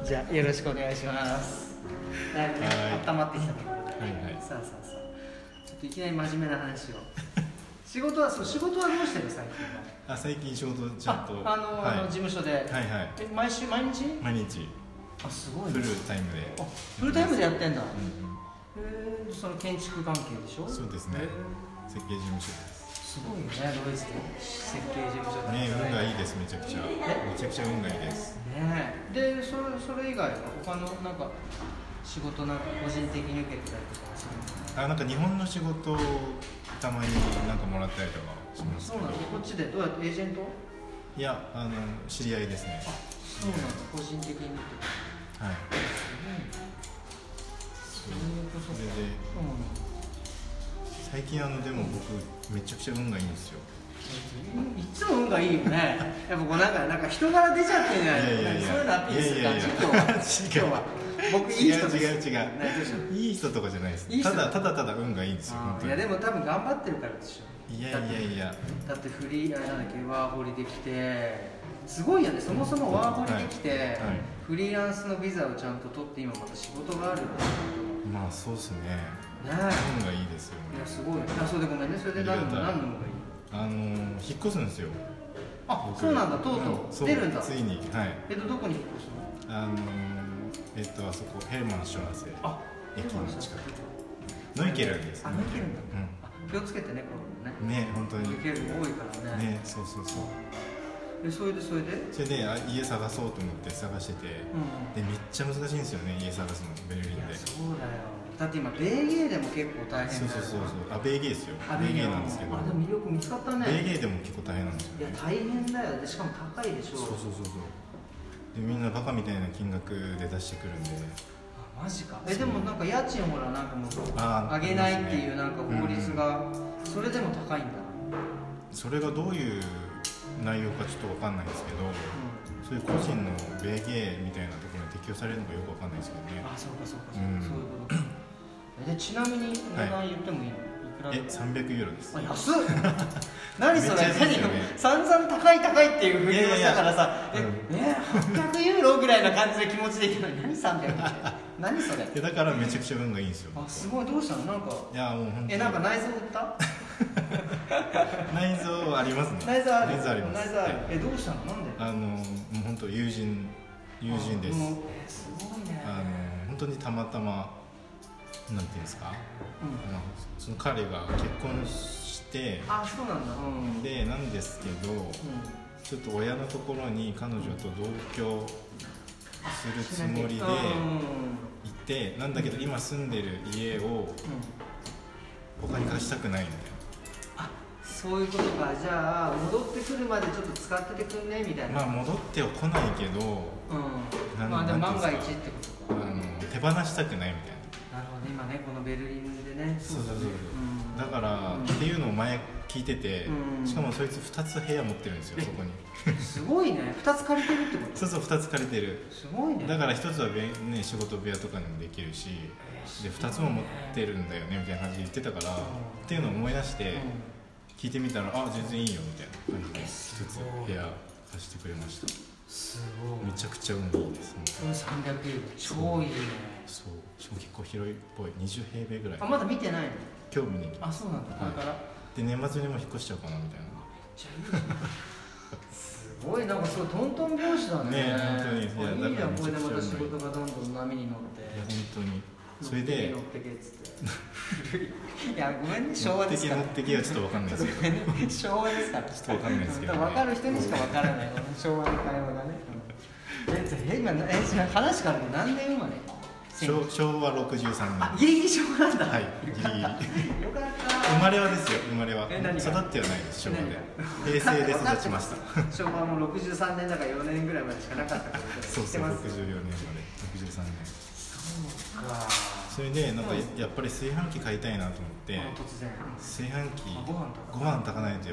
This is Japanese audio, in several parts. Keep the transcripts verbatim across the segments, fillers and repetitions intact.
じゃあよろしくお願いします。だいぶね、温まってきたところで、 はいはい、 さあさあさあ、ちょっといきなり真面目な話を仕事は、そう仕事はどうしてる最近は。 あ、最近仕事ちゃんとあ、あの、はい、あの事務所で、はいはい、え毎週毎日毎日、 あ、すごい、ね、 フルタイムで、 あ、フルタイムでやってんだ。 うんうん、 へえ、その建築関係でしょ。 そうですね、設計事務所です。 すごいよね、ドイツで設計事務所ね、運がいいです。めちゃくちゃめちゃくちゃ運がいいですね。で、それ、それ以外は他のなんか仕事なんか個人的に受けてたりとかするの？ あ、なんか日本の仕事たまになんかもらったりとかしますけど。 そうなんです。こっちでどうやってエージェント？ いや、あの知り合いですね。 あ、そうなんだ。個人的にって。 はい。 それで、うん、 最近あのでも僕めちゃくちゃ運がいいんですよ。 いつも運がいいよね。やっぱこうなんかなんか人柄出ちゃってるんじゃないの？いやいやいや、そういうのアピールする感じ。今日は今日は僕いい人です。 違う違う違う。いい人とかじゃないです。ただただただ運がいいんですよ。 いやでも多分頑張ってるからでしょ。 いやいやいや。 だってフリーなんだっけ、ワーホリできてすごいよね。そもそもワーホリできて、はいはい、フリーランスのビザをちゃんと取って今また仕事があるってこと。 まあそうですね。 ね、 運がいいですよね。 いやすごい。あ、そうでごめんね。それで何の何の運がいい？ あの引っ越すんですよ。 あ、そうなんだ。とうとう出るんだ。 ついに、はい。 えっとどこに引っ越すの？ あのえっとあそこヘルマンショナセ駅の近く。ノイケルンです。 あ、ノイケルンだ。うん。気をつけてね、このね。 ね、本当に。 ノイケルン多いからね。 ね、そうそうそう。 え、それでそれで？ それであ家探そうと思って探してて、でめっちゃ難しいんですよね、家探すのベルリンで。 そうだよ。だって今ベーゲーでも結構大変だよ。そうそうそうそう。あ、ベーゲーですよ。ベーゲーなんですけど。 あ、でも魅力見つかったね。 ベーゲーでも結構大変なんですよ。 いや大変だよ。でしかも高いでしょ。 そうそうそうそう。でみんなバカみたいな金額で出してくるんで。 あ、マジか。え、でもなんか家賃ほらなんかもう上げないっていうなんか法律が、それでも高いんだ。 それがどういう内容かちょっとわかんないんですけど、そういう個人のベーゲーみたいなところに適用されるのかよくわかんないですけどね。 あ、そうかそうかそうか、そういうことか。でちなみに値段言ってもいいの？ え、さんびゃくユーロです。 あ、安っ。何それ？何散々高い高いっていうふうにしたからさ、え、え、はっぴゃくユーロぐらいな感じで気持ちでいたのに、何さんびゃくって何それ？ だからめちゃくちゃ運がいいんですよ。 あ、すごい。どうしたの？なんか、 いやもう本当。 え、なんか内臓売った？ 内臓ありますね。 内臓ある。 内臓あります。 内臓ある。え、どうしたの？なんで？ あのもう本当友人友人です。 え、すごいね。 あの本当にたまたまなんていうんですか、うん、あのその彼が結婚して、 あ、そうなんだ。うん、 でなんですけど、うん、ちょっと親のところに彼女と同居するつもりでいて、なんだけど今住んでる家を他に貸したくないみたいな。 あ、そういうことか。じゃあ戻ってくるまでちょっと使っててくんねみたいな。 まあ戻っては来ないけど、 うん、まあでも万が一ってことか。 あの手放したくないみたいな。 なるほどね、今ね、このベルリンでね。 そうそうそうそう、うん、だから、うん、っていうのを前聞いてて、うん、しかもそいつふたつ部屋持ってるんですよ、そこに。 すごいね。ふたつ借りてるってこと？ そうそう、ふたつ借りてる。 すごいね。 だからひとつは、ね、仕事部屋とかにもできるし、でふたつも持ってるんだよねみたいな感じで言ってたから、っていうのを思い出して聞いてみたら、あ、全然いいよみたいな感じでひとつ部屋貸してくれました。 すごい。 めちゃくちゃ運いいです。 それさんびゃくユーロ超いいね。そう、 しかも結構広いっぽい、にじゅうへいべいぐらい。 あ、まだ見てないの？ 今日見に。 あ、そうなんだ。これから。 で年末にも引っ越しちゃおうかなみたいな。 めっちゃいいじゃん。すごい、なんかすごいトントン拍子だね。 ね、本当に。いや、いいじゃん。これでまた仕事がどんどん波に乗って。 いや、本当に。それで乗ってけっつって。いや、ごめんね、昭和ですから。 乗ってけはちょっとわかんないですけど。 昭和ですから。 ちょっとわかんないですけど。 わかる人にしかわからない。昭和の会話がね。え、今、え、話から何年生まれ？ 昭和ろくじゅうさんねん。 あ、ギリギリ昭和なんだ。 はい、ギリギリ。よかった。 生まれはですよ、生まれは。育ってはないです、昭和で。平成で育ちました。 昭和もろくじゅうさんねんだからよねんぐらいまでしかなかったから。 そうそう、ろくじゅうよねんまで、ろくじゅうさんねん。 そうか。 それでなんかやっぱり炊飯器買いたいなと思って、 突然炊飯器ご飯ご飯炊かないとやっぱ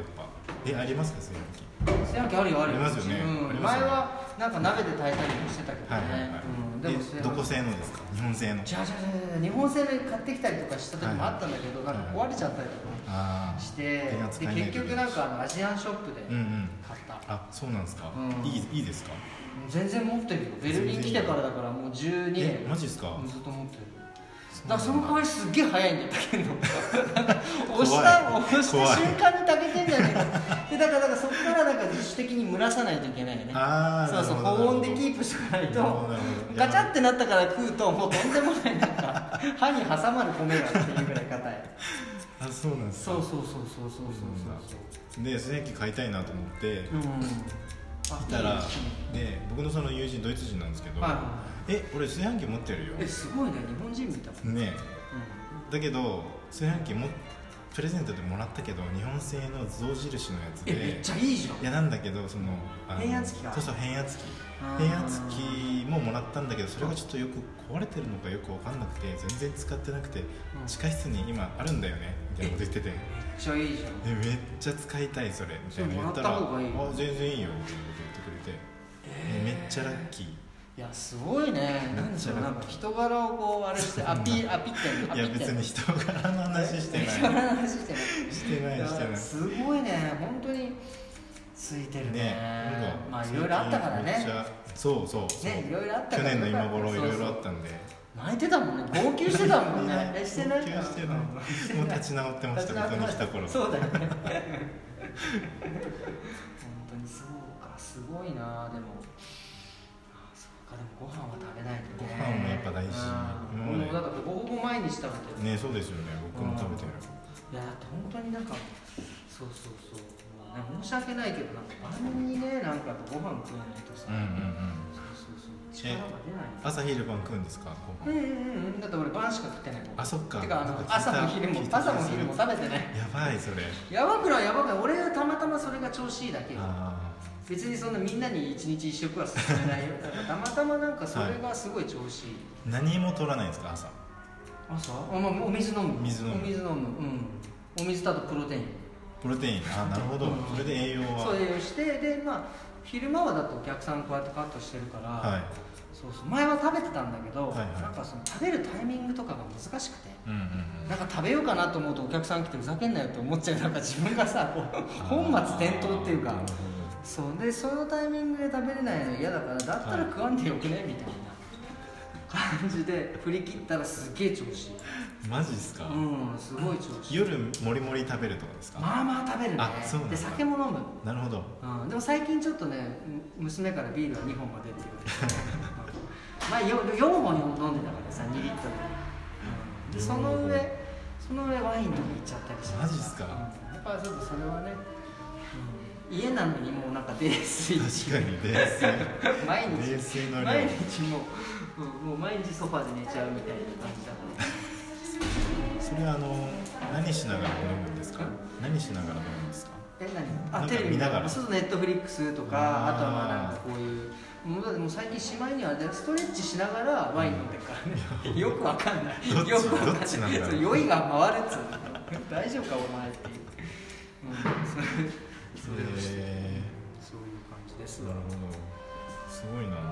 え、ありますか炊飯器？ 炊飯器あるよあるよ。 ありますよね、 うん、前はなんか鍋で炊いたりもしてたけどね、 はいはいはい、うん、でもどこ製のですか？日本製の？ じゃあじゃあじゃあ日本製の買ってきたりとかした時もあったんだけど、はいはい、なんか壊れちゃったりとかして、はいはい、で結局なんかあのアジアンショップで買った、うんうん、 あ、そうなんですか、うん、いい、いいですか？ 全然持ってるよ。ベルリン来てからだからもうじゅうにねん。 え、マジですか？ ずっと持ってる。だからその代わりすっげえ早いんだよ炊けるの。押した押した瞬間に炊けてんじゃねえか。でだからだからそこからなんか自主的に蒸らさないといけないよね。ああ、そうそう、高温でキープしとかないとガチャってなったから食うともうとんでもないなんか歯に挟まる米がっていうぐらい硬い。 あ、そうなんですか。 そうそうそうそうそうそうそう。で炊飯器買いたいなと思って。うん。いたらで僕のその友人ドイツ人なんですけど、はい、え、俺炊飯器持ってるよ。 え、すごいね、日本人みたいね、うん、だけど炊飯器もプレゼントでもらったけど日本製の象印のやつで、 え、めっちゃいいじゃん。 いやなんだけどその変圧器がそうそう変圧器変圧器ももらったんだけどそれがちょっとよく壊れてるのかよく分かんなくて全然使ってなくて、うん、地下室に今あるんだよねみたいなこと言ってて、めっちゃいいじゃん。 でめっちゃ使いたいそれみたいな言ったら、あ、全然いいよみたいなこと言ってくれて、えー、めっちゃラッキー。 いやすごいね。なんでしょう、なんか人柄をこうあれしてアピアピってるの。 いや別に人柄の話してない。 人柄の話してない。 してないしてない。 すごいね、本当についてるね。まあいろいろあったからね。 そうそうそう。 ね、いろいろあったから。去年の今頃いろいろあったんで。 泣いてたもんね。号泣してたもんね。え、してない。 号泣してない。もう立ち直ってました。ここに来た頃。 そうだよね。本当にそうか、すごいな。でも。でもご飯は食べないとね。 ご飯もやっぱ大事。 もうだからほぼ毎日食べてる。 ね、そうですよね。僕も食べてる。 いやだって本当になんかそうそうそう。ね、申し訳ないけどなんか晩にねなんかご飯食わないとさ。うんうんうん。そうそうそう。力が出ない。 朝昼晩食うんですか？ご飯。 うんうんうん。だって俺晩しか食ってない。 あ、そっか。 てかあの朝も昼も朝も昼も食べてない。 やばいそれ。 やばくないやばくない。俺はたまたまそれが調子いいだけよ。別にそんなみんなに一日一食は進めないよ。だからたまたまなんかそれがすごい調子いい。 何も取らないんですか朝？ 朝？あ、まあ、お水飲む。 水飲む。 お水飲む。うん。お水とあとプロテイン。 プロテイン。あ、なるほど。うん、それで栄養は。 そう栄養してでまあ昼間はだとお客さんこうやってカットしてるから。はい。そうそう。前は食べてたんだけど、はいはい、なんかその食べるタイミングとかが難しくて、うんうんうん、なんか食べようかなと思うとお客さん来てふざけんなよって思っちゃう。なんか自分がさこう本末転倒っていうか。そうでそのタイミングで食べれないの嫌だからだったら食わんでよくねみたいな感じで振り切ったらすげえ調子いい。 マジっすか？ うん、すごい調子いい。 夜もりもり食べるとかですか？まあまあ食べるね。 あ、そうなんだ。 で酒も飲む。 なるほど、 うん、でも最近ちょっとね娘からビールはにほんまでって言われて前 よんほん飲んでたからさにリットル、うん、でその上その上ワインとかいっちゃったりして。 マジっすか？ うん、やっぱちょっとそれはね、家なのにもうなんか泥酔。 確かに泥酔毎日泥酔の量毎日もう、うん、もう毎日ソファーで寝ちゃうみたいな感じだから。 それはあの何しながら飲むんですか？何しながら飲むんですか？ え、何？あ、テレビ見ながら。そうそう、ネットフリックスとか、あとはまあなんかこういうもうだってもう最近しまいにはストレッチしながらワイン飲んでるからね。よくわかんない。 どっちよくわかんない。 どっちなんだろう。 酔いが回るっつうの。大丈夫かお前っていう。うん、それそれをして、えー、そういう感じです。 なるほど。すごいな。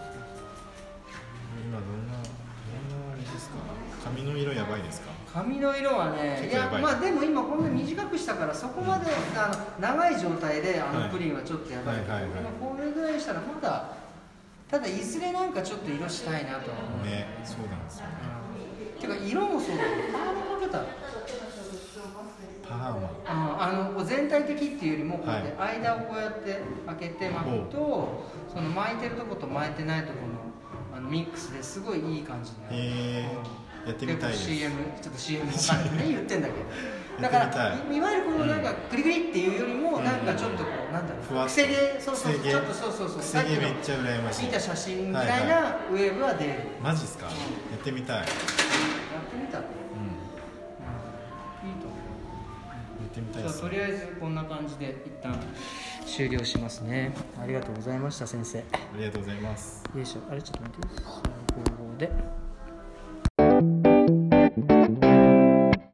今どんなどんなあれですか？髪の色やばいですか？ 髪の色はね、いやまあでも今こんな短くしたからそこまで、うん、あの長い状態であのプリンはちょっとやばいけど、はいはいはいはい、これぐらいしたらまだただいずれなんかちょっと色したいなとは思うね。そうなんですよね。 うん、てか色もそうだけどパーマかけたらパーマああの全体的っていうよりもこうやって、はい、間をこうやって開けて巻くとその巻いてるとこと巻いてないところのあのミックスですごいいい感じになる。 へー、やってみたいです。 シーエム ちょっと シーエム わかんないね言ってんだけどだからいわゆるこのなんかグリグリっていうよりもなんかちょっとこうなんだろう癖毛そうそうちょっとそうそうそう癖毛めっちゃ羨ましい。 見た写真みたいなウェーブは出る。 マジっすか？やってみたい。やってみた。うん。いいと思う。 やってみたいです。 とりあえずこんな感じで一旦終了しますね。ありがとうございました先生。 ありがとうございます。 よいしょ。あれちょっと待って。ここで。